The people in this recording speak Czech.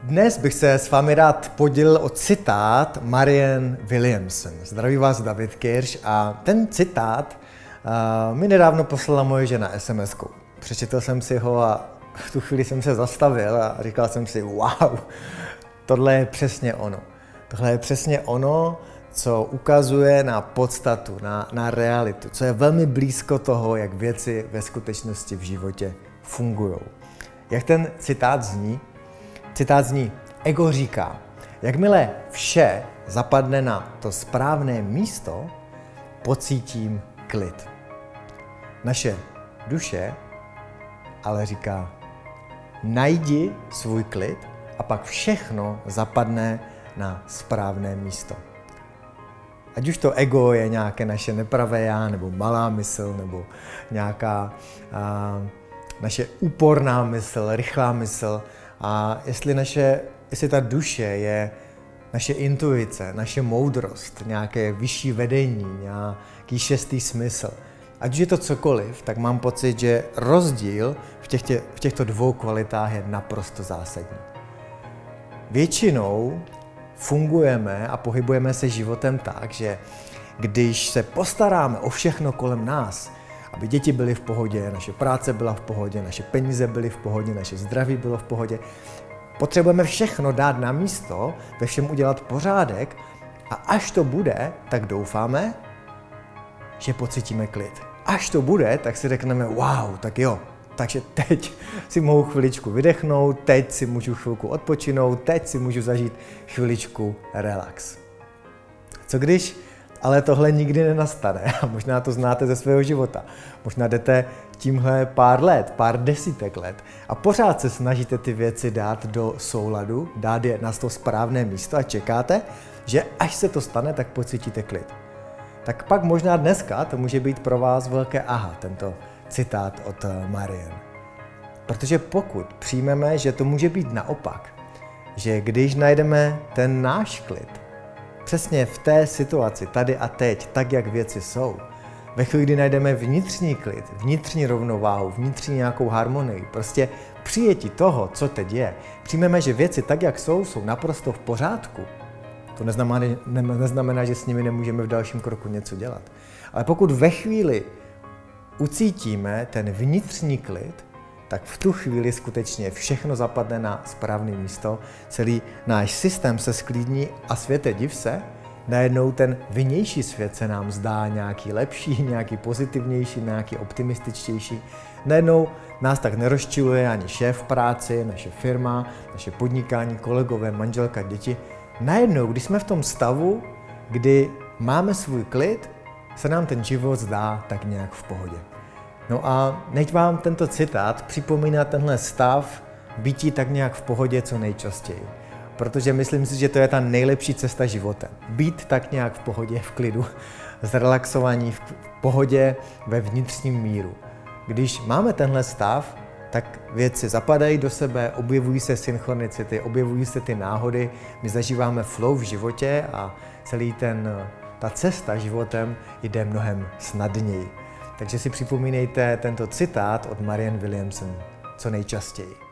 Dnes bych se s vámi rád podělil o citát Marianne Williamson. Zdraví vás David Kirš a ten citát mi nedávno poslala moje žena SMS-kou. Přečetl jsem si ho a v tu chvíli jsem se zastavil a říkal jsem si, wow, tohle je přesně ono. Tohle je přesně ono, co ukazuje na podstatu, na realitu, co je velmi blízko toho, jak věci ve skutečnosti v životě fungují. Jak ten citát zní? Citát zní, ego říká, jakmile vše zapadne na to správné místo, pocítím klid. Naše duše ale říká, najdi svůj klid a pak všechno zapadne na správné místo. Ať už to ego je nějaké naše nepravé já, nebo malá mysl, nebo nějaká naše úporná mysl, rychlá mysl. A jestli ta duše je naše intuice, naše moudrost, nějaké vyšší vedení, nějaký šestý smysl. Ať už je to cokoliv, tak mám pocit, že rozdíl v těchto dvou kvalitách je naprosto zásadní. Většinou fungujeme a pohybujeme se životem tak, že když se postaráme o všechno kolem nás, aby děti byly v pohodě, naše práce byla v pohodě, naše peníze byly v pohodě, naše zdraví bylo v pohodě, potřebujeme všechno dát na místo, ve všem udělat pořádek a až to bude, tak doufáme, že pocítíme klid. Až to bude, tak si řekneme, wow, tak jo, takže teď si mohu chviličku vydechnout, teď si můžu chvilku odpočinout, teď si můžu zažít chviličku relax. Co když ale tohle nikdy nenastane? A možná to znáte ze svého života. Možná jdete tímhle pár let, pár desítek let a pořád se snažíte ty věci dát do souladu, dát je na to správné místo a čekáte, že až se to stane, tak pocítíte klid. Tak pak možná dneska to může být pro vás velké aha, tento citát od Marianne. Protože pokud přijmeme, že to může být naopak, že když najdeme ten náš klid, přesně v té situaci, tady a teď, tak jak věci jsou, ve chvíli, kdy najdeme vnitřní klid, vnitřní rovnováhu, vnitřní nějakou harmonii, prostě přijetí toho, co teď je, přijmeme, že věci tak, jak jsou naprosto v pořádku. To neznamená, že s nimi nemůžeme v dalším kroku něco dělat. Ale pokud ve chvíli ucítíme ten vnitřní klid, tak v tu chvíli skutečně všechno zapadne na správné místo, celý náš systém se sklidní a světe div se, najednou ten vnější svět se nám zdá nějaký lepší, nějaký pozitivnější, nějaký optimističtější. Najednou nás tak nerozčiluje ani šéf v práci, naše firma, naše podnikání, kolegové, manželka, děti. Najednou, když jsme v tom stavu, kdy máme svůj klid, se nám ten život zdá tak nějak v pohodě. No a nech vám tento citát připomíná tenhle stav bytí tak nějak v pohodě co nejčastěji. Protože myslím si, že to je ta nejlepší cesta životem. Být tak nějak v pohodě, v klidu, zrelaxovaní, v pohodě, ve vnitřním míru. Když máme tenhle stav, tak věci zapadají do sebe, objevují se synchronicity, objevují se ty náhody, my zažíváme flow v životě a celý ta cesta životem jde mnohem snadněji. Takže si připomínejte tento citát od Marianne Williamson co nejčastěji.